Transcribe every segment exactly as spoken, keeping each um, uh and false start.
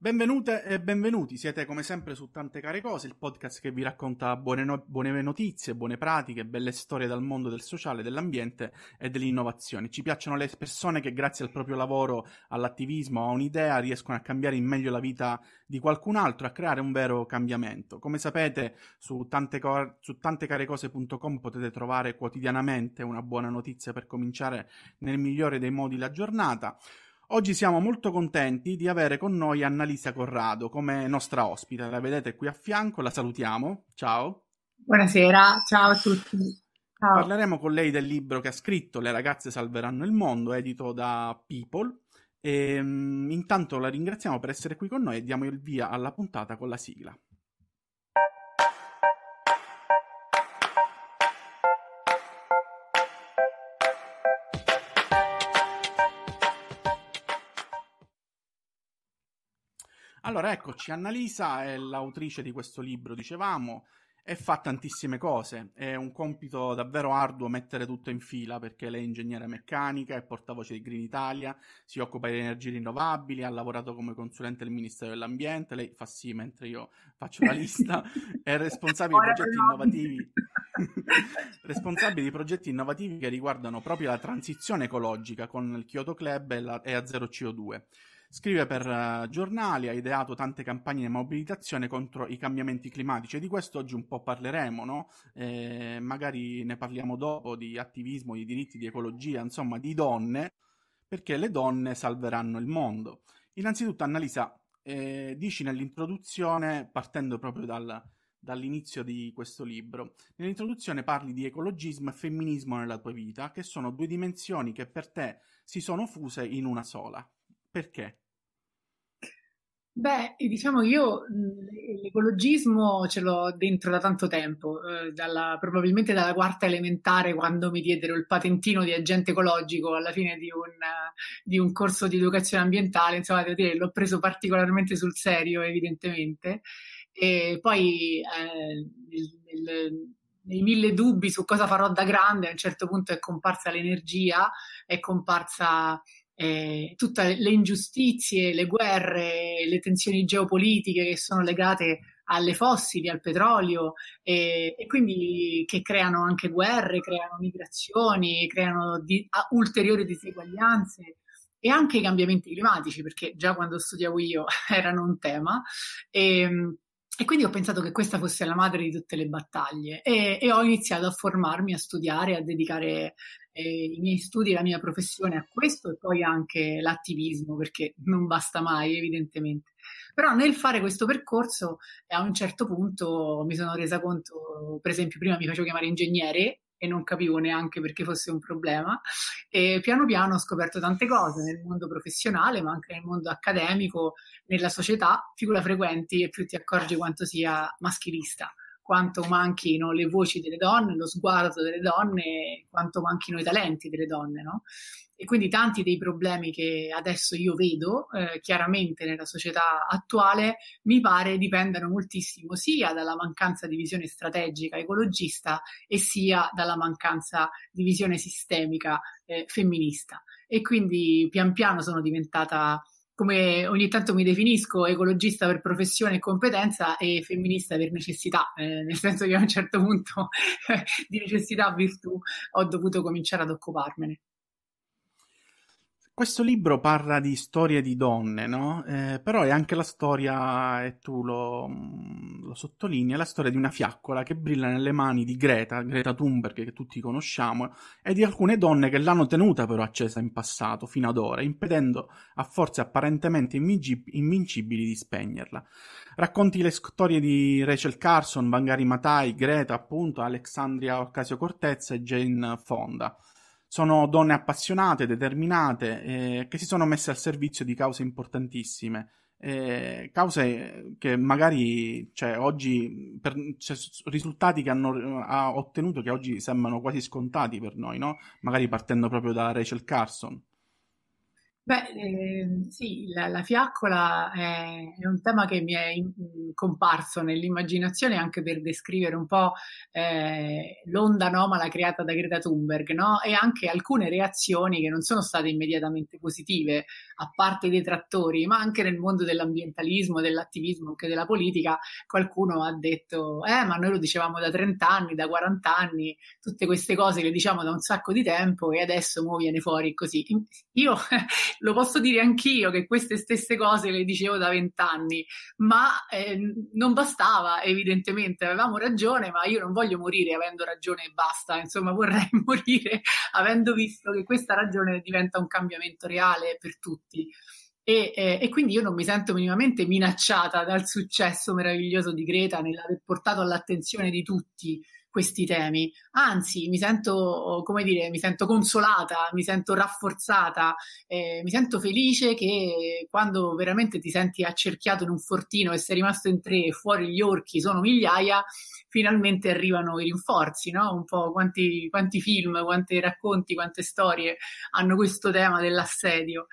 Benvenute e benvenuti, siete come sempre su Tante Care Cose, il podcast che vi racconta buone, no- buone notizie, buone pratiche, belle storie dal mondo del sociale, dell'ambiente e dell'innovazione. Ci piacciono le persone che grazie al proprio lavoro, all'attivismo, a un'idea riescono a cambiare in meglio la vita di qualcun altro, a creare un vero cambiamento. Come sapete su, tante co- su tantecarecose punto com potete trovare quotidianamente una buona notizia per cominciare nel migliore dei modi la giornata. Oggi siamo molto contenti di avere con noi Annalisa Corrado come nostra ospite. La vedete qui a fianco, la salutiamo. Ciao. Buonasera, ciao a tutti. Ciao. Parleremo con lei del libro che ha scritto Le ragazze salveranno il mondo, edito da People. E, mm, intanto la ringraziamo per essere qui con noi e diamo il via alla puntata con la sigla. Allora, eccoci, Annalisa è l'autrice di questo libro, dicevamo, e fa tantissime cose. È un compito davvero arduo mettere tutto in fila, perché lei è ingegnere meccanica, è portavoce di Green Italia, si occupa di energie rinnovabili, ha lavorato come consulente del Ministero dell'Ambiente, lei fa sì mentre io faccio la lista, è responsabile di Ora progetti però- innovativi. Responsabile di progetti innovativi che riguardano proprio la transizione ecologica con il Kyoto Club e, la, e a zero C O due. Scrive per uh, giornali, ha ideato tante campagne di mobilitazione contro i cambiamenti climatici e di questo oggi un po' parleremo, no? Eh, magari ne parliamo dopo di attivismo, di diritti, di ecologia, insomma di donne, perché le donne salveranno il mondo. Innanzitutto, Annalisa, eh, dici nell'introduzione, partendo proprio dal, dall'inizio di questo libro, nell'introduzione parli di ecologismo e femminismo nella tua vita, che sono due dimensioni che per te si sono fuse in una sola. Perché? Beh, diciamo io mh, l'ecologismo ce l'ho dentro da tanto tempo, eh, dalla- probabilmente dalla quarta elementare quando mi diedero il patentino di agente ecologico alla fine di un, eh, di un corso di educazione ambientale, insomma, devo dire, l'ho preso particolarmente sul serio, evidentemente. E poi eh, nel- nel- nei mille dubbi su cosa farò da grande, a un certo punto è comparsa l'energia, è comparsa eh, tutte le ingiustizie, le guerre, le tensioni geopolitiche che sono legate alle fossili, al petrolio e, e quindi che creano anche guerre, creano migrazioni, creano di, a, ulteriori diseguaglianze e anche i cambiamenti climatici, perché già quando studiavo io erano un tema. E, e quindi ho pensato che questa fosse la madre di tutte le battaglie e, e ho iniziato a formarmi, a studiare, a dedicare eh, i miei studi e la mia professione a questo e poi anche l'attivismo, perché non basta mai, evidentemente. Però nel fare questo percorso, eh, a un certo punto mi sono resa conto, per esempio, prima mi facevo chiamare ingegnere e non capivo neanche perché fosse un problema, e piano piano ho scoperto tante cose nel mondo professionale, ma anche nel mondo accademico, nella società, più la frequenti e più ti accorgi quanto sia maschilista, quanto manchino le voci delle donne, lo sguardo delle donne, quanto manchino i talenti delle donne, no? E quindi tanti dei problemi che adesso io vedo eh, chiaramente nella società attuale mi pare dipendano moltissimo sia dalla mancanza di visione strategica ecologista e sia dalla mancanza di visione sistemica eh, femminista. E quindi pian piano sono diventata, come ogni tanto mi definisco, ecologista per professione e competenza e femminista per necessità, eh, nel senso che a un certo punto di necessità virtù ho dovuto cominciare ad occuparmene. Questo libro parla di storie di donne, no? Eh, però è anche la storia, e tu lo, mm, lo sottolinei, è la storia di una fiaccola che brilla nelle mani di Greta, Greta Thunberg, che tutti conosciamo, e di alcune donne che l'hanno tenuta però accesa in passato, fino ad ora, impedendo a forze apparentemente invinci- invincibili di spegnerla. Racconti le storie di Rachel Carson, Wangari Maathai, Greta, appunto, Alexandria Ocasio-Cortez e Jane Fonda. Sono donne appassionate, determinate, eh, che si sono messe al servizio di cause importantissime, eh, cause che magari, cioè, oggi, per, cioè, risultati che hanno ha ottenuto che oggi sembrano quasi scontati per noi, no? Magari partendo proprio da Rachel Carson. Beh, ehm, sì, la, la fiaccola è, è un tema che mi è in- comparso nell'immaginazione anche per descrivere un po' eh, l'onda anomala creata da Greta Thunberg, no? E anche alcune reazioni che non sono state immediatamente positive, a parte i detrattori, ma anche nel mondo dell'ambientalismo, dell'attivismo, anche della politica, qualcuno ha detto, eh, ma noi lo dicevamo da trenta anni, da quaranta anni, tutte queste cose le diciamo da un sacco di tempo e adesso mo viene fuori così. Io lo posso dire anch'io che queste stesse cose le dicevo da vent'anni, ma eh, non bastava, evidentemente avevamo ragione, ma io non voglio morire avendo ragione e basta, insomma vorrei morire avendo visto che questa ragione diventa un cambiamento reale per tutti. E, eh, e quindi io non mi sento minimamente minacciata dal successo meraviglioso di Greta nell'aver portato all'attenzione di tutti questi temi. Anzi, mi sento, come dire, mi sento consolata, mi sento rafforzata, eh, mi sento felice che quando veramente ti senti accerchiato in un fortino e sei rimasto in tre e fuori gli orchi sono migliaia, finalmente arrivano i rinforzi, no? Un po' quanti, quanti film, quanti racconti, quante storie hanno questo tema dell'assedio.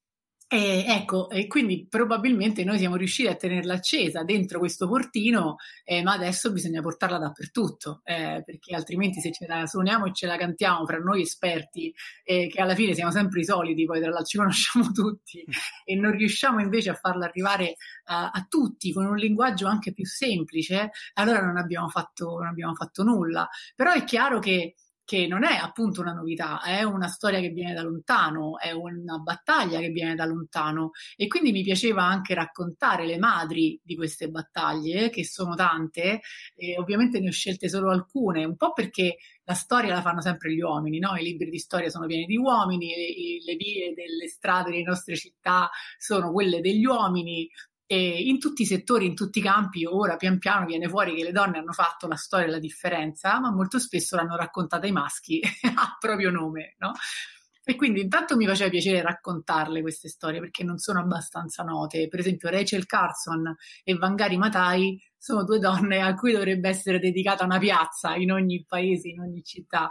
E ecco, e quindi probabilmente noi siamo riusciti a tenerla accesa dentro questo fortino, eh, ma adesso bisogna portarla dappertutto, eh, perché altrimenti se ce la suoniamo e ce la cantiamo fra noi esperti, eh, che alla fine siamo sempre i soliti, poi tra l'altro ci conosciamo tutti, e non riusciamo invece a farla arrivare a, a tutti con un linguaggio anche più semplice, allora non abbiamo fatto, non abbiamo fatto nulla. Però è chiaro che che non è appunto una novità, è una storia che viene da lontano, è una battaglia che viene da lontano e quindi mi piaceva anche raccontare le madri di queste battaglie, che sono tante, e ovviamente ne ho scelte solo alcune, un po' perché la storia la fanno sempre gli uomini, no? I libri di storia sono pieni di uomini, le, le vie delle strade delle nostre città sono quelle degli uomini, e in tutti i settori, in tutti i campi, ora pian piano viene fuori che le donne hanno fatto la storia e la differenza, ma molto spesso l'hanno raccontata ai maschi a proprio nome, no? E quindi intanto mi faceva piacere raccontarle queste storie perché non sono abbastanza note. Per esempio Rachel Carson e Wangari Maathai sono due donne a cui dovrebbe essere dedicata una piazza in ogni paese, in ogni città,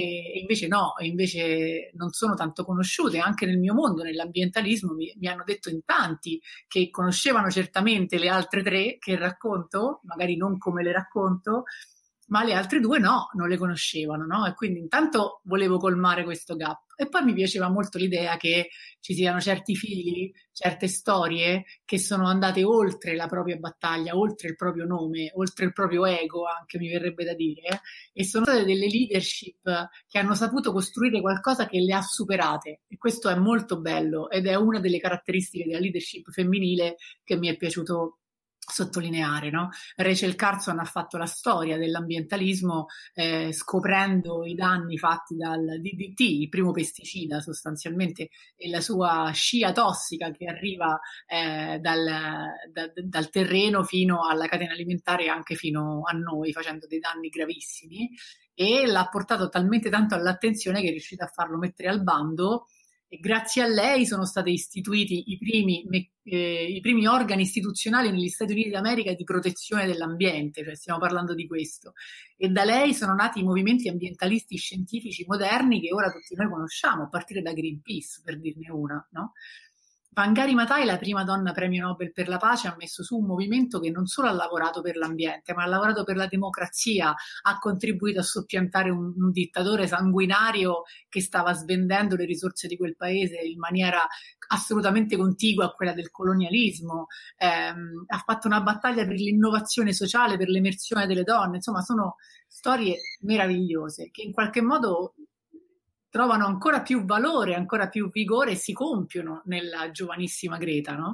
e invece no, invece non sono tanto conosciute. Anche nel mio mondo, nell'ambientalismo, mi, mi hanno detto in tanti che conoscevano certamente le altre tre che racconto, magari non come le racconto, ma le altre due no, non le conoscevano, no? E quindi intanto volevo colmare questo gap. E poi mi piaceva molto l'idea che ci siano certi figli, certe storie che sono andate oltre la propria battaglia, oltre il proprio nome, oltre il proprio ego, anche mi verrebbe da dire, e sono state delle leadership che hanno saputo costruire qualcosa che le ha superate. E questo è molto bello ed è una delle caratteristiche della leadership femminile che mi è piaciuto sottolineare, no? Rachel Carson ha fatto la storia dell'ambientalismo eh, scoprendo i danni fatti dal D D T, il primo pesticida sostanzialmente, e la sua scia tossica che arriva eh, dal, da, dal terreno fino alla catena alimentare e anche fino a noi, facendo dei danni gravissimi, e l'ha portato talmente tanto all'attenzione che è riuscita a farlo mettere al bando e grazie a lei sono stati istituiti i primi, eh, i primi organi istituzionali negli Stati Uniti d'America di protezione dell'ambiente, cioè stiamo parlando di questo. E da lei sono nati i movimenti ambientalisti scientifici moderni che ora tutti noi conosciamo, a partire da Greenpeace, per dirne una, no? Wangari Maathai, la prima donna premio Nobel per la pace, ha messo su un movimento che non solo ha lavorato per l'ambiente, ma ha lavorato per la democrazia, ha contribuito a soppiantare un, un dittatore sanguinario che stava svendendo le risorse di quel paese in maniera assolutamente contigua a quella del colonialismo, ehm, ha fatto una battaglia per l'innovazione sociale, per l'emersione delle donne, insomma sono storie meravigliose che in qualche modo trovano ancora più valore, ancora più vigore e si compiono nella giovanissima Greta, no?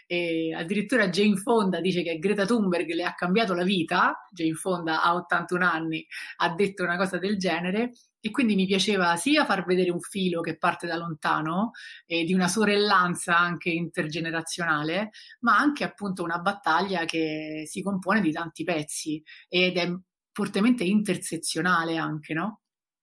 E addirittura Jane Fonda dice che Greta Thunberg le ha cambiato la vita. Jane Fonda ha ottantuno anni, ha detto una cosa del genere, e quindi mi piaceva sia far vedere un filo che parte da lontano, eh, di una sorellanza anche intergenerazionale, ma anche appunto una battaglia che si compone di tanti pezzi ed è fortemente intersezionale anche, no?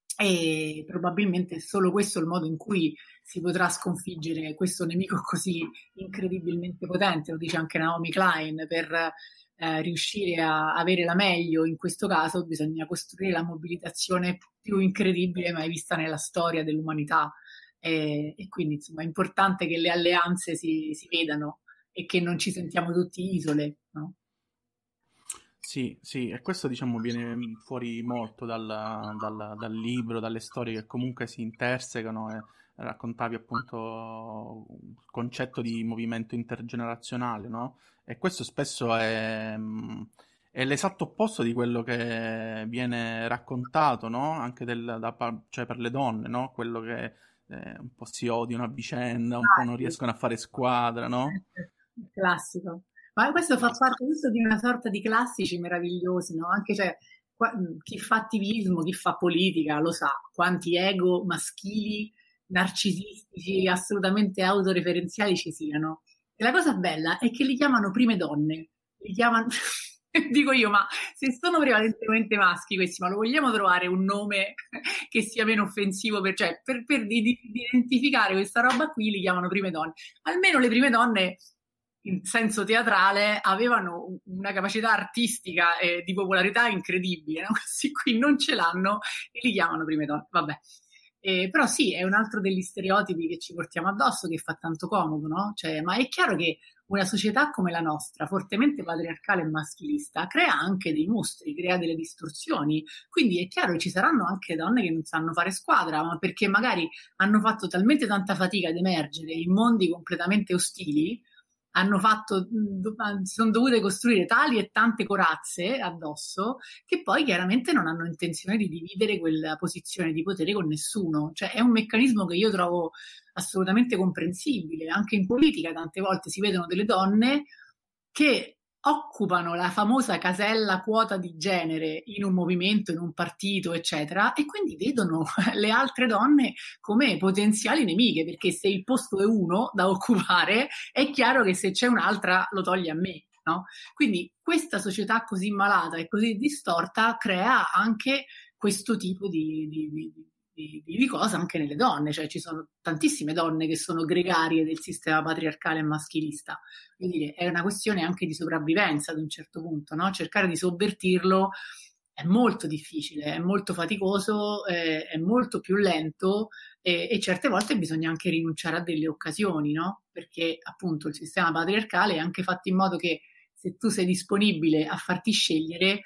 E probabilmente è solo questo il modo in cui si potrà sconfiggere questo nemico così incredibilmente potente, lo dice anche Naomi Klein, per eh, riuscire a avere la meglio in questo caso bisogna costruire la mobilitazione più incredibile mai vista nella storia dell'umanità. e, e quindi insomma è importante che le alleanze si, si vedano e che non ci sentiamo tutti isole, no? Sì, sì, e questo diciamo viene fuori molto dal, dal- dal libro, dalle storie che comunque si intersecano e raccontavi appunto il concetto di movimento intergenerazionale, no? E questo spesso è, mh, è l'esatto opposto di quello che viene raccontato, no? Anche del- da par- cioè per le donne, no? Quello che eh, un po' si odiano a vicenda, un po' Ah, non sì. riescono a fare squadra, no? Il classico. Ma questo fa parte giusto di una sorta di classici meravigliosi, no? Anche cioè, qua- mh, chi fa attivismo, chi fa politica, lo sa, quanti ego maschili, narcisistici, assolutamente autoreferenziali ci siano. E la cosa bella è che li chiamano prime donne, li chiamano... Dico io, ma se sono prevalentemente maschi questi, ma lo vogliamo trovare un nome che sia meno offensivo per, cioè, per, per di- di- di identificare questa roba qui, li chiamano prime donne. Almeno le prime donne in senso teatrale avevano una capacità artistica e di popolarità incredibile, no? Questi qui non ce l'hanno e li chiamano prime donne. Vabbè. Eh, però sì, è un altro degli stereotipi che ci portiamo addosso che fa tanto comodo, no? Cioè, ma è chiaro che una società come la nostra, fortemente patriarcale e maschilista, crea anche dei mostri, crea delle distorsioni. Quindi è chiaro che ci saranno anche donne che non sanno fare squadra, ma perché magari hanno fatto talmente tanta fatica ad emergere in mondi completamente ostili, hanno fatto, si sono dovute costruire tali e tante corazze addosso che poi chiaramente non hanno intenzione di dividere quella posizione di potere con nessuno. Cioè è un meccanismo che io trovo assolutamente comprensibile. Anche in politica tante volte si vedono delle donne che occupano la famosa casella quota di genere in un movimento, in un partito, eccetera, e quindi vedono le altre donne come potenziali nemiche, perché se il posto è uno da occupare, è chiaro che se c'è un'altra lo toglie a me. No? Quindi questa società così malata e così distorta crea anche questo tipo di, di, di, di, di cosa anche nelle donne, cioè ci sono tantissime donne che sono gregarie del sistema patriarcale e maschilista. Quindi dire, è una questione anche di sopravvivenza ad un certo punto, no? Cercare di sovvertirlo è molto difficile, è molto faticoso, eh, è molto più lento e, e certe volte bisogna anche rinunciare a delle occasioni, no? Perché appunto il sistema patriarcale è anche fatto in modo che se tu sei disponibile a farti scegliere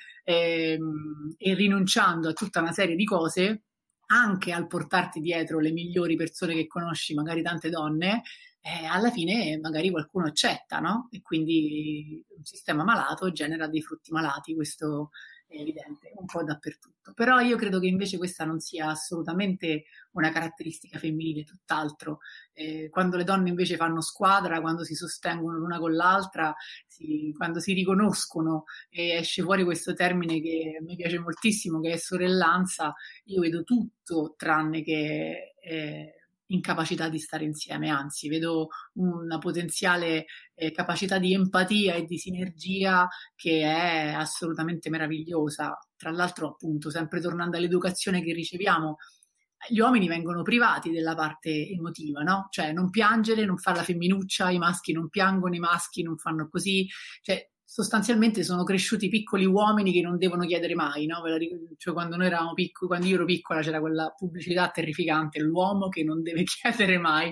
ehm, e rinunciando a tutta una serie di cose, anche al portarti dietro le migliori persone che conosci, magari tante donne, eh, alla fine magari qualcuno accetta, no? E quindi un sistema malato genera dei frutti malati, questo è evidente, un po' dappertutto. Però io credo che invece questa non sia assolutamente una caratteristica femminile, tutt'altro. Eh, quando le donne invece fanno squadra, quando si sostengono l'una con l'altra, si, quando si riconoscono e esce fuori questo termine che mi piace moltissimo, che è sorellanza, io vedo tutto tranne che eh, incapacità di stare insieme, anzi vedo una potenziale eh, capacità di empatia e di sinergia che è assolutamente meravigliosa. Tra l'altro, appunto, sempre tornando all'educazione che riceviamo, gli uomini vengono privati della parte emotiva, no? Cioè non piangere, non fare la femminuccia, i maschi non piangono, i maschi non fanno così, cioè sostanzialmente sono cresciuti piccoli uomini che non devono chiedere mai, no? Cioè, quando noi eravamo piccoli, quando io ero piccola c'era quella pubblicità terrificante, l'uomo che non deve chiedere mai.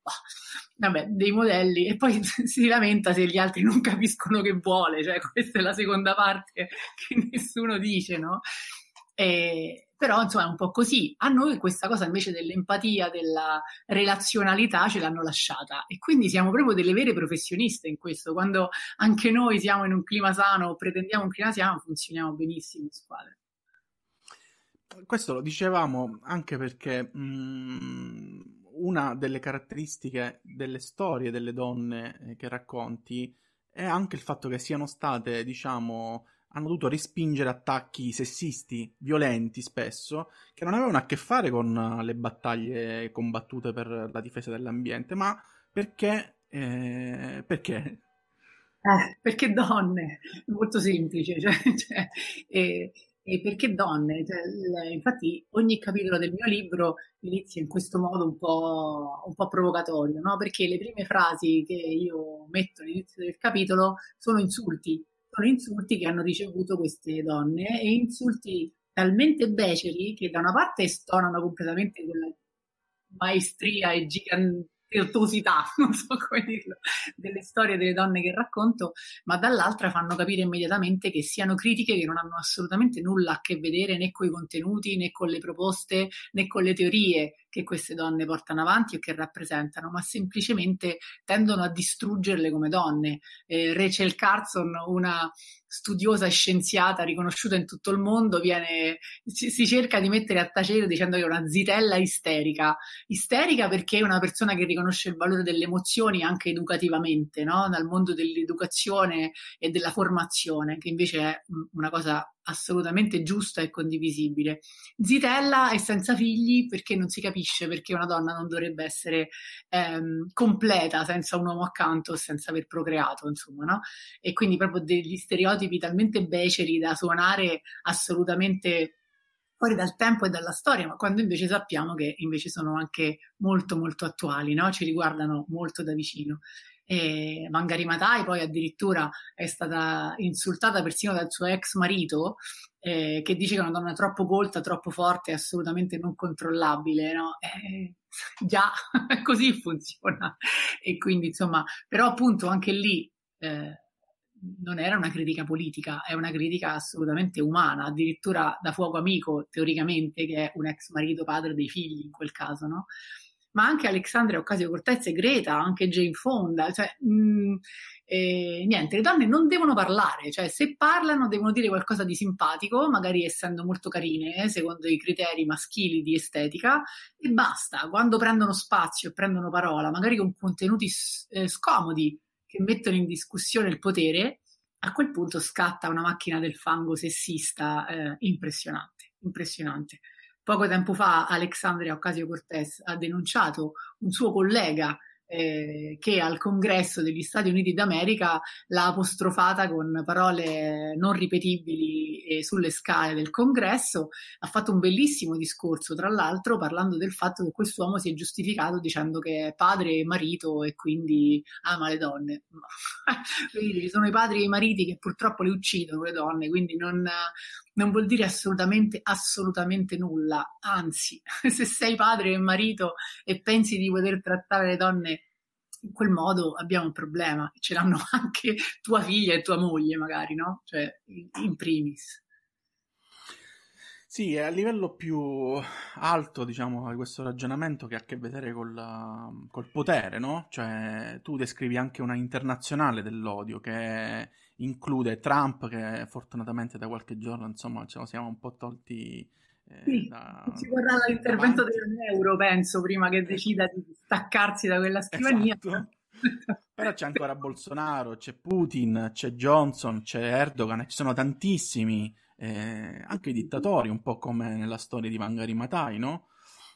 Vabbè, dei modelli, e poi si lamenta se gli altri non capiscono che vuole, cioè questa è la seconda parte che nessuno dice, no? E, però insomma è un po' così. A noi questa cosa invece dell'empatia, della relazionalità ce l'hanno lasciata e quindi siamo proprio delle vere professioniste in questo. Quando anche noi siamo in un clima sano o pretendiamo un clima sano, funzioniamo benissimo in squadra. Questo lo dicevamo anche perché mh, una delle caratteristiche delle storie delle donne eh, che racconti è anche il fatto che siano state, diciamo, hanno dovuto respingere attacchi sessisti, violenti spesso, che non avevano a che fare con eh, le battaglie combattute per la difesa dell'ambiente, ma perché... eh, perché? Eh, perché donne? È molto semplice, cioè, cioè, e, e perché donne? Cioè, il- infatti ogni capitolo del mio libro inizia in questo modo un po', un po' provocatorio, no? Perché le prime frasi che io metto all'inizio del capitolo sono insulti, sono insulti che hanno ricevuto queste donne e insulti talmente beceri che da una parte stonano completamente quella maestria e gigantesità, non so come dirlo, delle storie delle donne che racconto, ma dall'altra fanno capire immediatamente che siano critiche che non hanno assolutamente nulla a che vedere né con i contenuti, né con le proposte, né con le teorie che queste donne portano avanti o che rappresentano, ma semplicemente tendono a distruggerle come donne. Eh, Rachel Carson, una studiosa e scienziata riconosciuta in tutto il mondo, viene, si, si cerca di mettere a tacere dicendo che è una zitella isterica. Isterica perché è una persona che riconosce il valore delle emozioni anche educativamente, no? Dal mondo dell'educazione e della formazione, che invece è una cosa assolutamente giusta e condivisibile. Zitella è senza figli perché non si capisce perché una donna non dovrebbe essere ehm, completa senza un uomo accanto o senza aver procreato, insomma, no? E quindi proprio degli stereotipi talmente beceri da suonare assolutamente fuori dal tempo e dalla storia, ma quando invece sappiamo che invece sono anche molto molto attuali, no? Ci riguardano molto da vicino. E Wangari Maathai poi addirittura è stata insultata persino dal suo ex marito, eh, che dice che è una donna troppo colta, troppo forte, assolutamente non controllabile, no? Eh, già, così funziona. E quindi insomma, però appunto anche lì eh, non era una critica politica, è una critica assolutamente umana, addirittura da fuoco amico, teoricamente, che è un ex marito padre dei figli in quel caso, no? Ma anche Alexandria Ocasio-Cortez e Greta, anche Jane Fonda, cioè mh, eh, niente, le donne non devono parlare, cioè se parlano devono dire qualcosa di simpatico, magari essendo molto carine, eh, secondo i criteri maschili di estetica, e basta. Quando prendono spazio e prendono parola, magari con contenuti eh, scomodi che mettono in discussione il potere, a quel punto scatta una macchina del fango sessista eh, impressionante, impressionante. Poco tempo fa Alexandria Ocasio-Cortez ha denunciato un suo collega eh, che al congresso degli Stati Uniti d'America l'ha apostrofata con parole non ripetibili eh, sulle scale del congresso. Ha fatto un bellissimo discorso, tra l'altro, parlando del fatto che quest'uomo si è giustificato dicendo che è padre e marito e quindi ama le donne. Quindi ci sono i padri e i mariti che purtroppo le uccidono le donne, quindi non... non vuol dire assolutamente, assolutamente nulla. Anzi, se sei padre e marito e pensi di poter trattare le donne in quel modo, abbiamo un problema. Ce l'hanno anche tua figlia e tua moglie, magari, no? Cioè, in primis. Sì, è a livello più alto, diciamo, di questo ragionamento che ha a che vedere col, col potere, no? Cioè, tu descrivi anche una internazionale dell'odio che include Trump, che fortunatamente da qualche giorno, insomma, ce lo siamo un po' tolti eh, sì, da, ci vorrà l'intervento dell'euro, penso, prima che decida di staccarsi da quella scrivania. Esatto. Però c'è ancora Bolsonaro, c'è Putin, c'è Johnson, c'è Erdogan, e ci sono tantissimi, eh, anche i dittatori, un po' come nella storia di Wangari Maathai, no?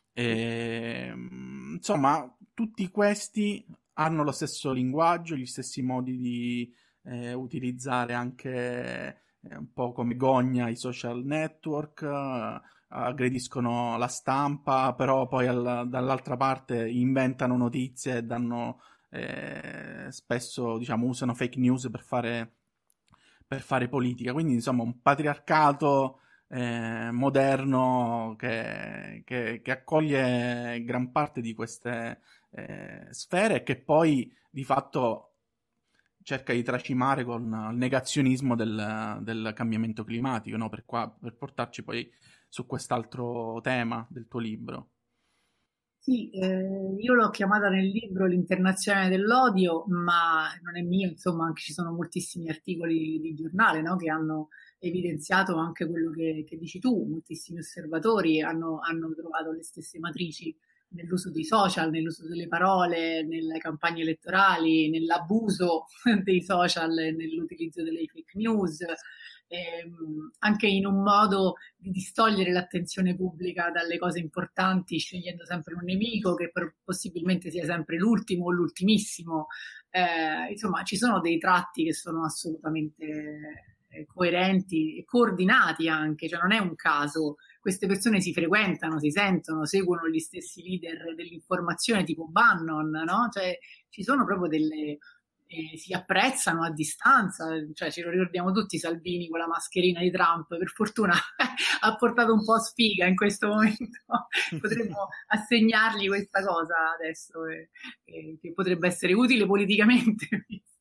E, insomma, tutti questi hanno lo stesso linguaggio, gli stessi modi di eh, utilizzare anche eh, un po' come gogna i social network, eh, aggrediscono la stampa, però poi al, dall'altra parte inventano notizie e danno... Eh, spesso diciamo usano fake news per fare, per fare politica, quindi insomma un patriarcato eh, moderno che, che, che accoglie gran parte di queste eh, sfere e che poi di fatto cerca di tracimare con il negazionismo del, del cambiamento climatico, no? Per, qua, per portarci poi su quest'altro tema del tuo libro. Sì, eh, io l'ho chiamata nel libro l'internazionale dell'odio, ma non è mio, insomma, anche ci sono moltissimi articoli di giornale, no, che hanno evidenziato anche quello che, che dici tu, moltissimi osservatori hanno, hanno trovato le stesse matrici nell'uso dei social, nell'uso delle parole, nelle campagne elettorali, nell'abuso dei social, nell'utilizzo delle fake news. Ehm, anche in un modo di distogliere l'attenzione pubblica dalle cose importanti, scegliendo sempre un nemico che per, possibilmente sia sempre l'ultimo o l'ultimissimo. Eh, insomma, ci sono dei tratti che sono assolutamente coerenti e coordinati anche, cioè non è un caso. Queste persone si frequentano, si sentono, seguono gli stessi leader dell'informazione tipo Bannon, no? Cioè ci sono proprio delle eh, si apprezzano a distanza, cioè ce lo ricordiamo tutti Salvini con la mascherina di Trump, per fortuna ha portato un po' sfiga in questo momento, potremmo assegnargli questa cosa adesso, eh, eh, che potrebbe essere utile politicamente.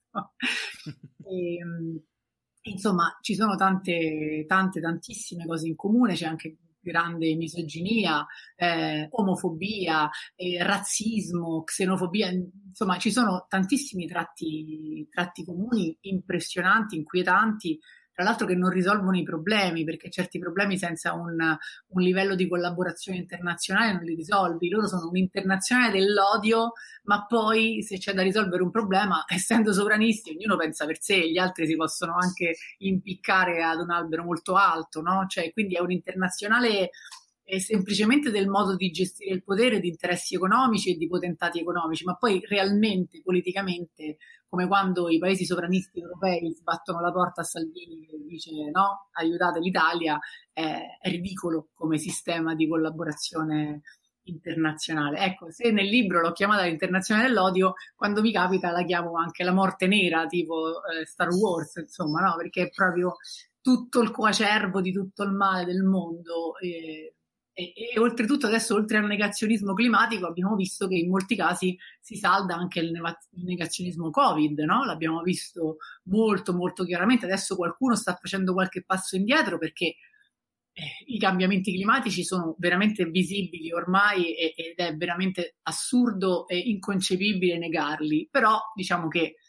E, insomma, ci sono tante, tante, tantissime cose in comune, c'è anche grande misoginia, eh, omofobia, eh, razzismo, xenofobia, insomma ci sono tantissimi tratti, tratti comuni impressionanti, inquietanti, tra l'altro che non risolvono i problemi, perché certi problemi senza un, un livello di collaborazione internazionale non li risolvi. Loro sono un'internazionale dell'odio, ma poi se c'è da risolvere un problema, essendo sovranisti, ognuno pensa per sé, gli altri si possono anche impiccare ad un albero molto alto, no? Cioè, quindi è un'internazionale eh, semplicemente del modo di gestire il potere, di interessi economici e di potentati economici, ma poi realmente, politicamente, come quando i paesi sovranisti europei sbattono la porta a Salvini che dice no, aiutate l'Italia, eh, è ridicolo come sistema di collaborazione internazionale. Ecco, se nel libro l'ho chiamata l'internazionale dell'odio, quando mi capita la chiamo anche la morte nera, tipo eh, Star Wars, insomma, no? Perché è proprio tutto il coacervo di tutto il male del mondo. Eh, E, e oltretutto adesso, oltre al negazionismo climatico, abbiamo visto che in molti casi si salda anche il, neva- il negazionismo Covid, no? L'abbiamo visto molto molto chiaramente. Adesso qualcuno sta facendo qualche passo indietro perché eh, i cambiamenti climatici sono veramente visibili ormai e, ed è veramente assurdo e inconcepibile negarli. Però diciamo che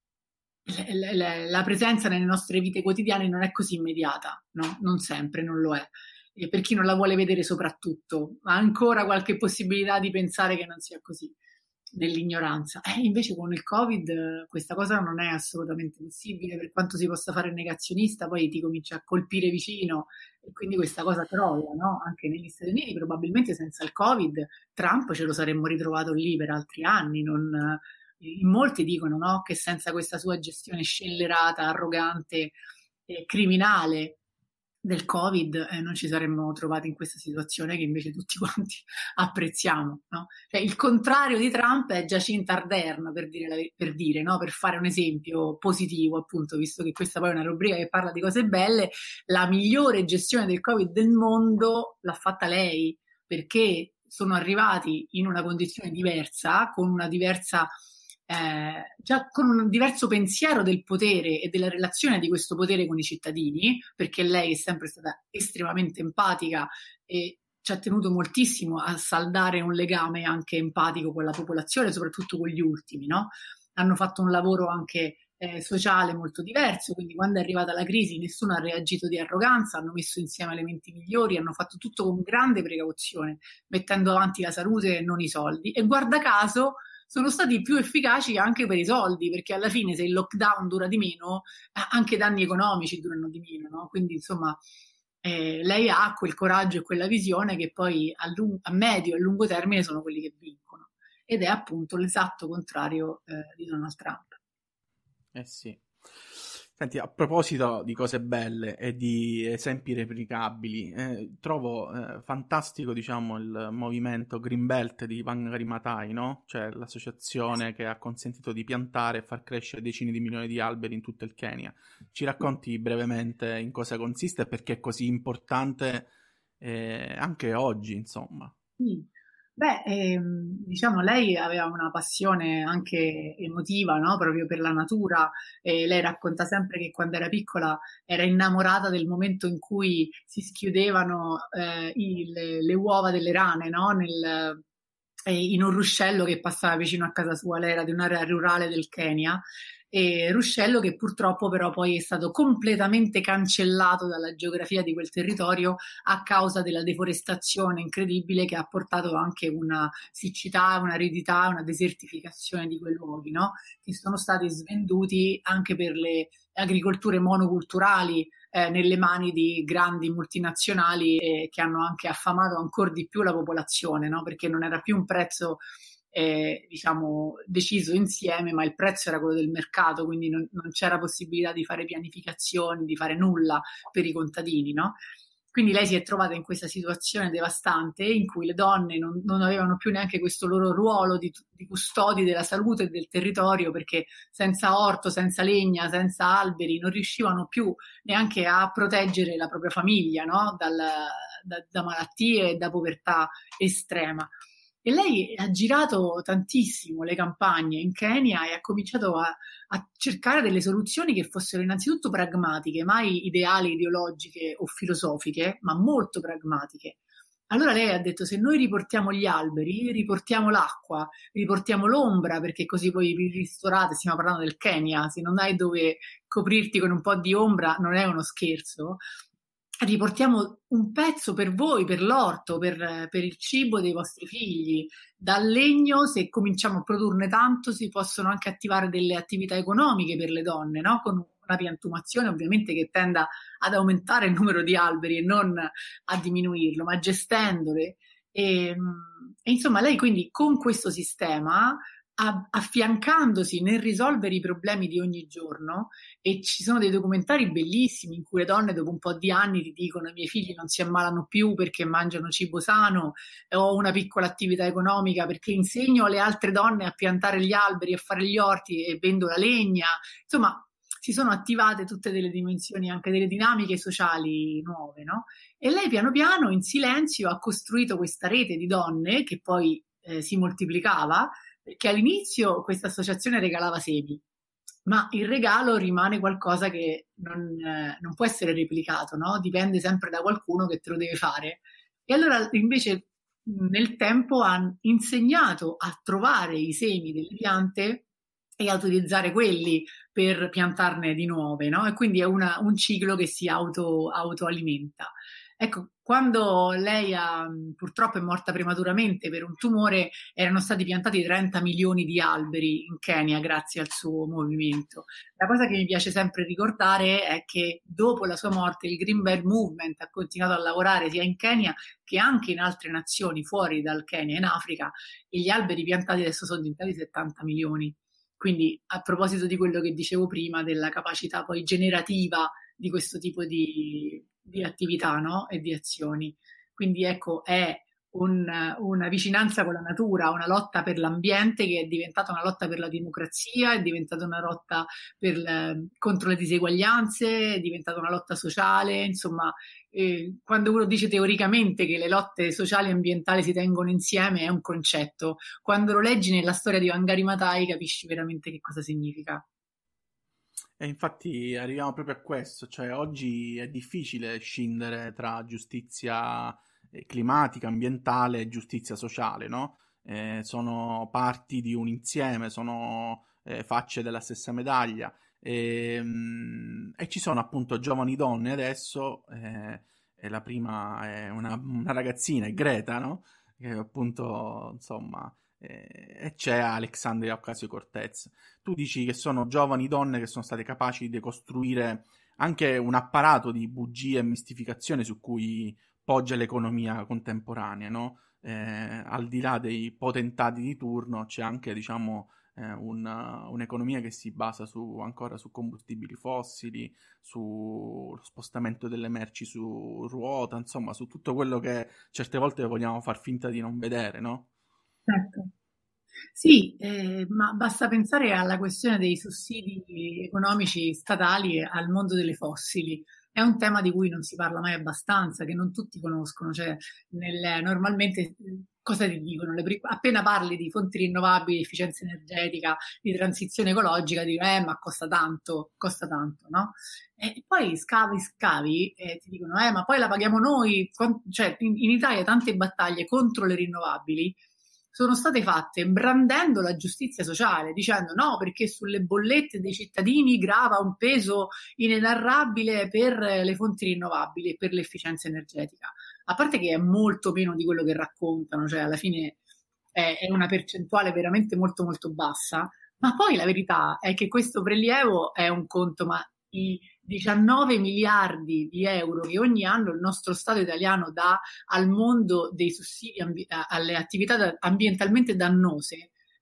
la, la, la presenza nelle nostre vite quotidiane non è così immediata, no? Non sempre, non lo è. E per chi non la vuole vedere soprattutto, ha ancora qualche possibilità di pensare che non sia così, nell'ignoranza. Eh, invece con il Covid questa cosa non è assolutamente possibile, per quanto si possa fare il negazionista, poi ti comincia a colpire vicino e quindi questa cosa crolla, no? Anche negli Stati Uniti probabilmente senza il Covid Trump ce lo saremmo ritrovato lì per altri anni, non... In molti dicono, no, che senza questa sua gestione scellerata, arrogante, eh, criminale del Covid eh, non ci saremmo trovati in questa situazione che invece tutti quanti apprezziamo, no? Cioè, il contrario di Trump è Jacinta Ardern, per dire, la, per, dire no? Per fare un esempio positivo, appunto, visto che questa poi è una rubrica che parla di cose belle, la migliore gestione del Covid del mondo l'ha fatta lei, perché sono arrivati in una condizione diversa, con una diversa Eh, già con un diverso pensiero del potere e della relazione di questo potere con i cittadini, perché lei è sempre stata estremamente empatica e ci ha tenuto moltissimo a saldare un legame anche empatico con la popolazione, soprattutto con gli ultimi, no? Hanno fatto un lavoro anche eh, sociale molto diverso, quindi quando è arrivata la crisi nessuno ha reagito di arroganza, hanno messo insieme elementi migliori, hanno fatto tutto con grande precauzione, mettendo avanti la salute e non i soldi, e guarda caso sono stati più efficaci anche per i soldi, perché alla fine se il lockdown dura di meno, anche i danni economici durano di meno, no? Quindi insomma eh, lei ha quel coraggio e quella visione che poi a, lung- a medio e lungo termine sono quelli che vincono, ed è appunto l'esatto contrario eh, di Donald Trump. Eh sì. Senti, a proposito di cose belle e di esempi replicabili, eh, trovo eh, fantastico, diciamo, il movimento Greenbelt di Wangari Maathai, no? Cioè l'associazione che ha consentito di piantare e far crescere decine di milioni di alberi in tutto il Kenya. Ci racconti brevemente in cosa consiste e perché è così importante eh, anche oggi, insomma? Sì. Beh, ehm, diciamo, lei aveva una passione anche emotiva, no? Proprio per la natura. E lei racconta sempre che quando era piccola era innamorata del momento in cui si schiudevano eh, i- le, le uova delle rane, no? Nel, eh, in un ruscello che passava vicino a casa sua. Lei era di un'area rurale del Kenya. E ruscello che purtroppo però poi è stato completamente cancellato dalla geografia di quel territorio a causa della deforestazione incredibile che ha portato anche una siccità, un'aridità, una desertificazione di quei luoghi, no? Che sono stati svenduti anche per le agricolture monoculturali eh, nelle mani di grandi multinazionali eh, che hanno anche affamato ancora di più la popolazione, no? Perché non era più un prezzo eh, diciamo deciso insieme, ma il prezzo era quello del mercato, quindi non, non c'era possibilità di fare pianificazioni, di fare nulla per i contadini, no? Quindi lei si è trovata in questa situazione devastante in cui le donne non, non avevano più neanche questo loro ruolo di, di custodi della salute e del territorio, perché senza orto, senza legna, senza alberi non riuscivano più neanche a proteggere la propria famiglia, no? Dal, da, da malattie e da povertà estrema. E lei ha girato tantissimo le campagne in Kenya e ha cominciato a, a cercare delle soluzioni che fossero innanzitutto pragmatiche, mai ideali, ideologiche o filosofiche, ma molto pragmatiche. Allora lei ha detto: se noi riportiamo gli alberi, riportiamo l'acqua, riportiamo l'ombra, perché così poi vi ristorate, stiamo parlando del Kenya, se non hai dove coprirti con un po' di ombra non è uno scherzo, riportiamo un pezzo per voi, per l'orto, per, per il cibo dei vostri figli. Dal legno, se cominciamo a produrne tanto, si possono anche attivare delle attività economiche per le donne, no? Con una piantumazione ovviamente che tenda ad aumentare il numero di alberi e non a diminuirlo, ma gestendole. E, e insomma, lei quindi con questo sistema, affiancandosi nel risolvere i problemi di ogni giorno, e ci sono dei documentari bellissimi in cui le donne dopo un po' di anni ti dicono: i miei figli non si ammalano più perché mangiano cibo sano, ho una piccola attività economica perché insegno alle altre donne a piantare gli alberi, a fare gli orti e vendo la legna. Insomma, si sono attivate tutte delle dimensioni, anche delle dinamiche sociali nuove, no? E lei piano piano in silenzio ha costruito questa rete di donne che poi eh, si moltiplicava, perché all'inizio questa associazione regalava semi, ma il regalo rimane qualcosa che non, eh, non può essere replicato, no? Dipende sempre da qualcuno che te lo deve fare. E allora invece nel tempo ha insegnato a trovare i semi delle piante e a utilizzare quelli per piantarne di nuove, no? E quindi è una, un ciclo che si auto, autoalimenta. Ecco, quando lei ha, purtroppo è morta prematuramente per un tumore, erano stati piantati trenta milioni di alberi in Kenya grazie al suo movimento. La cosa che mi piace sempre ricordare è che dopo la sua morte il Green Belt Movement ha continuato a lavorare sia in Kenya che anche in altre nazioni fuori dal Kenya, in Africa, e gli alberi piantati adesso sono diventati settanta milioni. Quindi, a proposito di quello che dicevo prima, della capacità poi generativa di questo tipo di, di attività, no? E di azioni. Quindi ecco, è un, una vicinanza con la natura, una lotta per l'ambiente che è diventata una lotta per la democrazia, è diventata una lotta per le, contro le diseguaglianze, è diventata una lotta sociale. Insomma, eh, quando uno dice teoricamente che le lotte sociali e ambientali si tengono insieme è un concetto. Quando lo leggi nella storia di Wangari Maathai capisci veramente che cosa significa. E infatti arriviamo proprio a questo, cioè oggi è difficile scindere tra giustizia climatica, ambientale e giustizia sociale, no? Eh, sono parti di un insieme, sono eh, facce della stessa medaglia, e, mh, e ci sono appunto giovani donne adesso, eh, e la prima è una, una ragazzina, è Greta, no? Che appunto, insomma... e c'è Alexandria Ocasio-Cortez. Tu dici che sono giovani donne che sono state capaci di decostruire anche un apparato di bugie e mistificazione su cui poggia l'economia contemporanea, no? Eh, al di là dei potentati di turno c'è anche, diciamo, eh, un, un'economia che si basa su, ancora su combustibili fossili, sullo spostamento delle merci su ruota, insomma, su tutto quello che certe volte vogliamo far finta di non vedere, no? Certo. Sì, eh, ma basta pensare alla questione dei sussidi economici statali al mondo delle fossili. È un tema di cui non si parla mai abbastanza, che non tutti conoscono. Cioè, nel, normalmente cosa ti dicono? Le, appena parli di fonti rinnovabili, efficienza energetica, di transizione ecologica, dicono eh, ma costa tanto, costa tanto, no? E poi scavi, scavi e ti dicono eh, ma poi la paghiamo noi. Cioè, in, in Italia tante battaglie contro le rinnovabili sono state fatte brandendo la giustizia sociale, dicendo no, perché sulle bollette dei cittadini grava un peso inenarrabile per le fonti rinnovabili e per l'efficienza energetica. A parte che è molto meno di quello che raccontano, cioè alla fine è, è una percentuale veramente molto molto bassa, ma poi la verità è che questo prelievo è un conto, ma i diciannove miliardi di euro che ogni anno il nostro Stato italiano dà al mondo dei sussidi ambi- alle attività ambientalmente dannose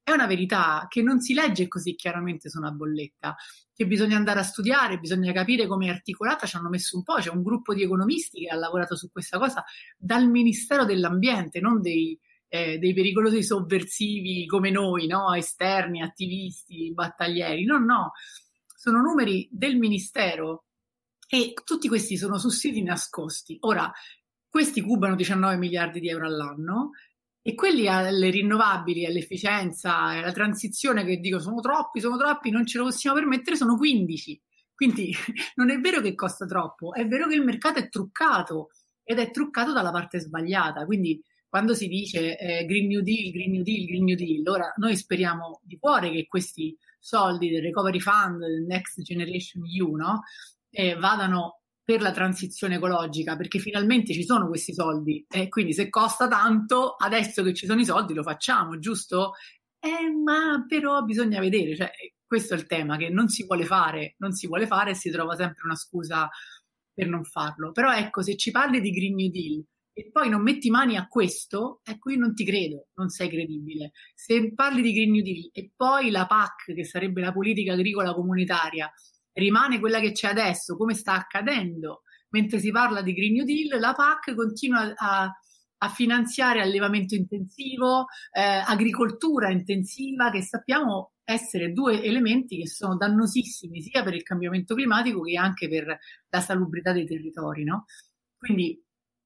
è una verità che non si legge così chiaramente su una bolletta, che bisogna andare a studiare, bisogna capire come è articolata. Ci hanno messo un po', c'è un gruppo di economisti che ha lavorato su questa cosa dal Ministero dell'Ambiente, non dei, eh, dei pericolosi sovversivi come noi, no? Esterni, attivisti, battaglieri, no, no, sono numeri del Ministero e tutti questi sono sussidi nascosti. Ora, questi cubano diciannove miliardi di euro all'anno, e quelli alle rinnovabili, all'efficienza e alla transizione che dico sono troppi, sono troppi, non ce lo possiamo permettere, sono quindici. Quindi non è vero che costa troppo, è vero che il mercato è truccato ed è truccato dalla parte sbagliata. Quindi quando si dice eh, Green New Deal, Green New Deal, Green New Deal, ora noi speriamo di cuore che questi soldi del Recovery Fund, del Next Generation E U, no? eh, vadano per la transizione ecologica, perché finalmente ci sono questi soldi e quindi se costa tanto, adesso che ci sono i soldi lo facciamo, giusto? Eh, ma però bisogna vedere, cioè, questo è il tema, che non si vuole fare, non si vuole fare e si trova sempre una scusa per non farlo. Però ecco, se ci parli di Green New Deal e poi non metti mani a questo, ecco io non ti credo, non sei credibile. Se parli di Green New Deal e poi la P A C, che sarebbe la politica agricola comunitaria, rimane quella che c'è adesso, come sta accadendo, mentre si parla di Green New Deal, la P A C continua a, a finanziare allevamento intensivo, eh, agricoltura intensiva, che sappiamo essere due elementi che sono dannosissimi sia per il cambiamento climatico che anche per la salubrità dei territori, no? Quindi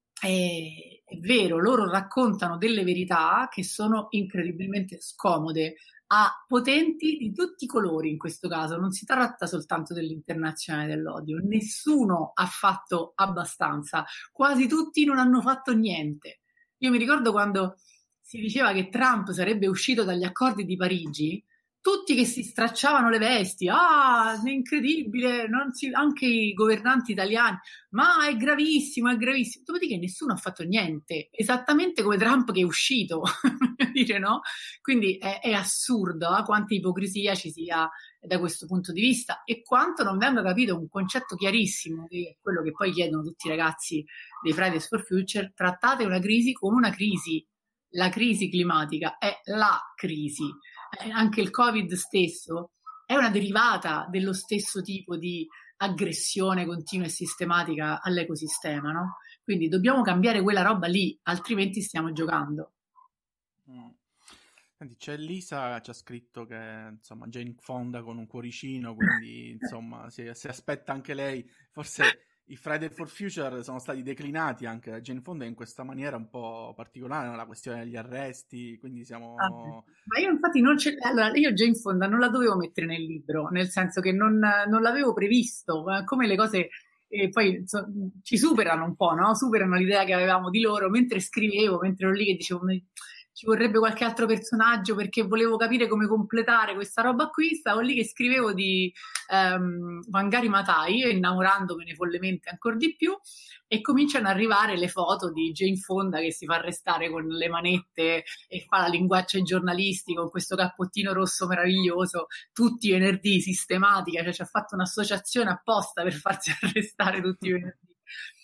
è, è vero, loro raccontano delle verità che sono incredibilmente scomode a potenti di tutti i colori. In questo caso non si tratta soltanto dell'internazionale dell'odio, nessuno ha fatto abbastanza, quasi tutti non hanno fatto niente. Io mi ricordo quando si diceva che Trump sarebbe uscito dagli accordi di Parigi, tutti che si stracciavano le vesti, ah, è incredibile, non si, anche i governanti italiani, ma è gravissimo, è gravissimo. Dopodiché nessuno ha fatto niente, esattamente come Trump che è uscito, dire, no? Quindi è, è assurdo eh, quanta ipocrisia ci sia da questo punto di vista e quanto non venga capito un concetto chiarissimo, che è quello che poi chiedono tutti i ragazzi dei Fridays for Future: trattate una crisi come una crisi. La crisi climatica è la crisi. Eh, anche il Covid stesso è una derivata dello stesso tipo di aggressione continua e sistematica all'ecosistema, no? Quindi dobbiamo cambiare quella roba lì, altrimenti stiamo giocando. Mm. Senti, c'è Lisa, ci ha scritto che insomma Jane Fonda con un cuoricino, quindi insomma si, si aspetta anche lei, forse i Friday for Future sono stati declinati anche da Jane Fonda in questa maniera un po' particolare, no? La questione degli arresti, quindi siamo... Ah, ma io infatti non c'è... Allora, io Jane Fonda non la dovevo mettere nel libro, nel senso che non, non l'avevo previsto, come le cose eh, poi so, ci superano un po', no? Superano l'idea che avevamo di loro, mentre scrivevo, mentre ero lì che dicevo... ci vorrebbe qualche altro personaggio perché volevo capire come completare questa roba qui, stavo lì che scrivevo di um, Wangari Maathai, innamorandomene follemente ancora di più, e cominciano ad arrivare le foto di Jane Fonda che si fa arrestare con le manette e fa la linguaccia ai giornalisti con questo cappottino rosso meraviglioso, tutti i venerdì, sistematica, cioè ci ha fatto un'associazione apposta per farsi arrestare tutti i venerdì.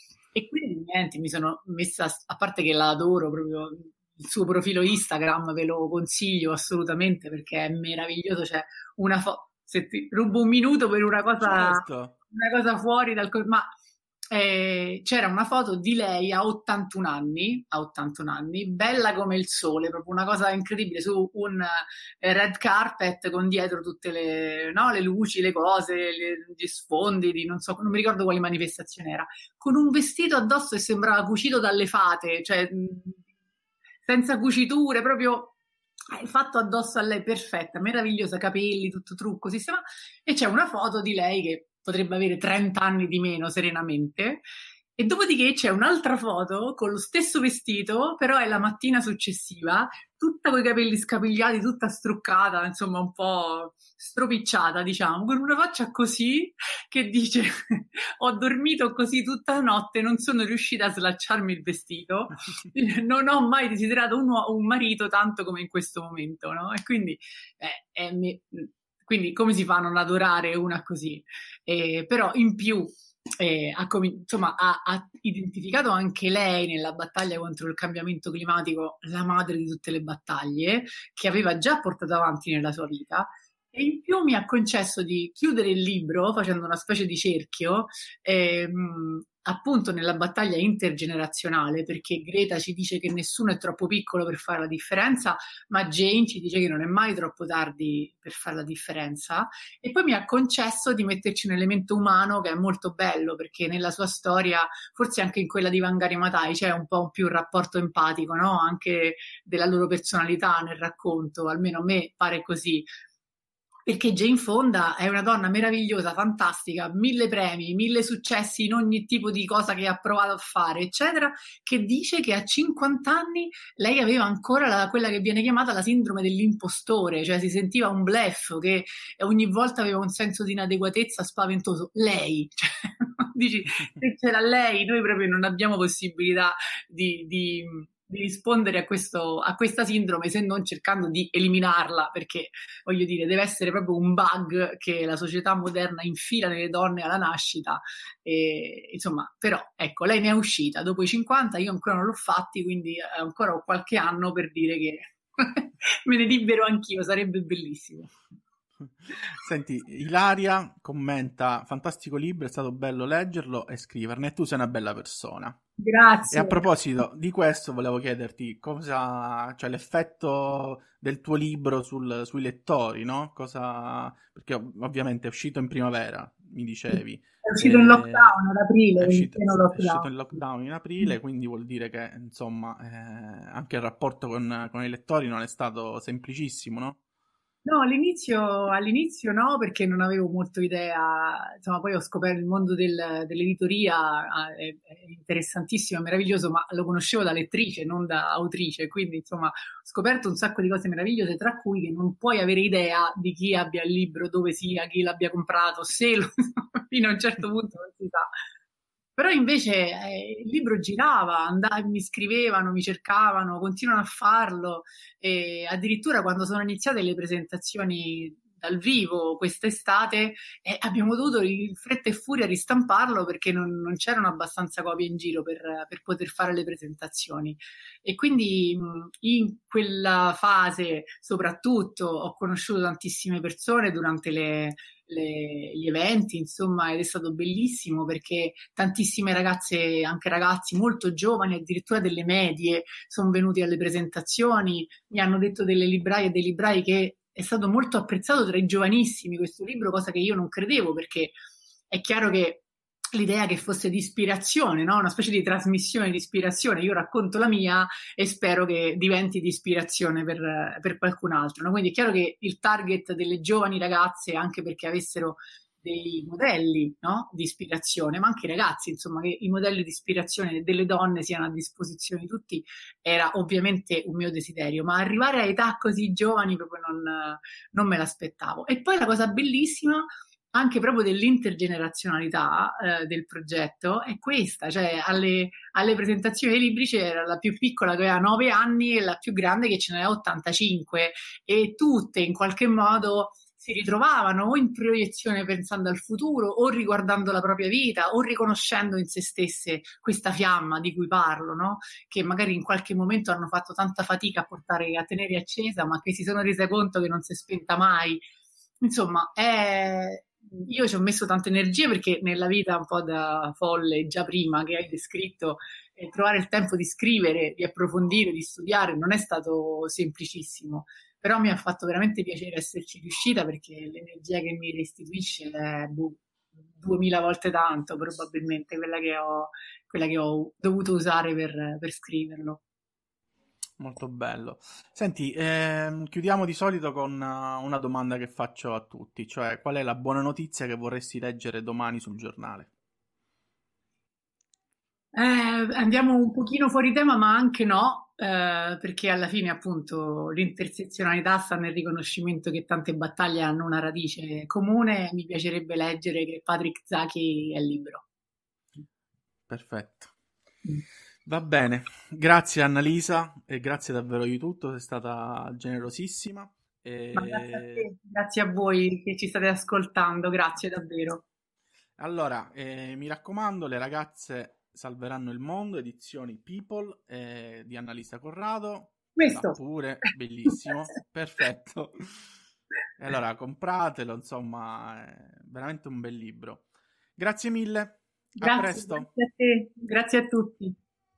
E quindi niente, mi sono messa, a parte che la adoro proprio, il suo profilo Instagram ve lo consiglio assolutamente perché è meraviglioso, c'è una foto, se ti rubo un minuto per una cosa, certo. Una cosa fuori dal... ma eh, c'era una foto di lei a ottantuno anni, a ottantuno anni, bella come il sole, proprio una cosa incredibile, su un eh, red carpet con dietro tutte le, no, le luci, le cose, le, gli sfondi di non so, non mi ricordo quale manifestazione era, con un vestito addosso che sembrava cucito dalle fate, cioè senza cuciture, proprio fatto addosso a lei, perfetta, meravigliosa, capelli, tutto trucco, sistema. E c'è una foto di lei che potrebbe avere trenta anni di meno serenamente, e dopodiché c'è un'altra foto con lo stesso vestito, però è la mattina successiva, tutta con i capelli scapigliati, tutta struccata, insomma un po' stropicciata, diciamo, con una faccia così che dice ho dormito così tutta la notte, non sono riuscita a slacciarmi il vestito, non ho mai desiderato un, un marito tanto come in questo momento, no? E quindi eh, è, quindi come si fa a non adorare una così? Eh, però in più eh, ha, com- insomma, ha, ha identificato anche lei nella battaglia contro il cambiamento climatico la madre di tutte le battaglie che aveva già portato avanti nella sua vita. E in più mi ha concesso di chiudere il libro facendo una specie di cerchio, ehm, appunto nella battaglia intergenerazionale, perché Greta ci dice che nessuno è troppo piccolo per fare la differenza, ma Jane ci dice che non è mai troppo tardi per fare la differenza. E poi mi ha concesso di metterci un elemento umano che è molto bello, perché nella sua storia, forse anche in quella di Wangari Maathai, c'è un po' più un rapporto empatico, no? Anche della loro personalità nel racconto, almeno a me pare così. Perché Jane Fonda è una donna meravigliosa, fantastica, mille premi, mille successi in ogni tipo di cosa che ha provato a fare, eccetera, che dice che a cinquanta anni lei aveva ancora la, quella che viene chiamata la sindrome dell'impostore, cioè si sentiva un bluff, che ogni volta aveva un senso di inadeguatezza spaventoso. Lei, cioè, dici, se c'era lei, noi proprio non abbiamo possibilità di, di di rispondere a, questo, a questa sindrome se non cercando di eliminarla, perché voglio dire, deve essere proprio un bug che la società moderna infila nelle donne alla nascita. E, insomma, però ecco, lei ne è uscita dopo i cinquanta, io ancora non l'ho fatti, quindi ancora ho qualche anno per dire che me ne libero anch'io, sarebbe bellissimo. Senti, Ilaria commenta: fantastico libro, è stato bello leggerlo e scriverne, e tu sei una bella persona. E Grazie. a proposito di questo, volevo chiederti cosa, cioè l'effetto del tuo libro sul- sui lettori, no? Cosa, perché ov- ovviamente è uscito in primavera, mi dicevi, È uscito in e lockdown ad aprile, è in uscito, pieno è uscito lockdown. in lockdown in aprile, quindi vuol dire che, insomma, eh, anche il rapporto con, con i lettori non è stato semplicissimo, no? No, all'inizio, all'inizio no, perché non avevo molto idea, insomma, poi ho scoperto il mondo del- dell'editoria, ah, è, è interessantissimo, è meraviglioso, ma lo conoscevo da lettrice, non da autrice, quindi insomma ho scoperto un sacco di cose meravigliose, tra cui che non puoi avere idea di chi abbia il libro, dove sia, chi l'abbia comprato, se lo, fino a un certo punto non si sa. Però invece eh, il libro girava, andava, mi scrivevano, mi cercavano, continuano a farlo. E addirittura quando sono iniziate le presentazioni dal vivo quest'estate, eh, abbiamo dovuto in fretta e furia ristamparlo perché non, non c'erano abbastanza copie in giro per, per poter fare le presentazioni. E quindi mh, in quella fase soprattutto ho conosciuto tantissime persone durante le, le, gli eventi, insomma, ed è stato bellissimo perché tantissime ragazze, anche ragazzi molto giovani, addirittura delle medie, sono venuti alle presentazioni, mi hanno detto delle libraie e dei librai che è stato molto apprezzato tra i giovanissimi questo libro, cosa che io non credevo, perché è chiaro che l'idea che fosse di ispirazione, no? Una specie di trasmissione di ispirazione, io racconto la mia e spero che diventi di ispirazione per, per qualcun altro, no? Quindi è chiaro che il target delle giovani ragazze, anche perché avessero dei modelli, no? Di ispirazione, ma anche i ragazzi, insomma, che i modelli di ispirazione delle donne siano a disposizione di tutti, era ovviamente un mio desiderio, ma arrivare a età così giovani proprio non, non me l'aspettavo. E poi la cosa bellissima anche proprio dell'intergenerazionalità eh, del progetto è questa, cioè alle, alle presentazioni dei libri c'era la più piccola che aveva nove anni e la più grande che ce n'aveva ottantacinque, e tutte in qualche modo si ritrovavano o in proiezione pensando al futuro o riguardando la propria vita o riconoscendo in se stesse questa fiamma di cui parlo, no? Che magari in qualche momento hanno fatto tanta fatica a portare, a tenere accesa, ma che si sono rese conto che non si è spenta mai. Insomma, è... io ci ho messo tante energie perché nella vita un po' da folle, già prima che hai descritto, eh, trovare il tempo di scrivere, di approfondire, di studiare non è stato semplicissimo, però mi ha fatto veramente piacere esserci riuscita perché l'energia che mi restituisce è boh, duemila volte tanto probabilmente quella che ho, quella che ho dovuto usare per, per scriverlo. Molto bello. Senti, ehm, chiudiamo di solito con uh, una domanda che faccio a tutti, cioè qual è la buona notizia che vorresti leggere domani sul giornale? Eh, andiamo un pochino fuori tema, ma anche no, eh, perché alla fine appunto l'intersezionalità sta nel riconoscimento che tante battaglie hanno una radice comune. Mi piacerebbe leggere che Patrick Zaki è libero. Perfetto. Mm. Va bene, grazie Annalisa e grazie davvero di tutto, sei stata generosissima Ma grazie a e, te, grazie a voi che ci state ascoltando, grazie davvero. Allora, eh, mi raccomando, Le ragazze salveranno il mondo, edizioni People, eh, di Annalisa Corrado. Va Questo. pure, bellissimo, perfetto. E allora compratelo, insomma, è veramente un bel libro. Grazie mille, a Grazie, presto. grazie a te, grazie a tutti.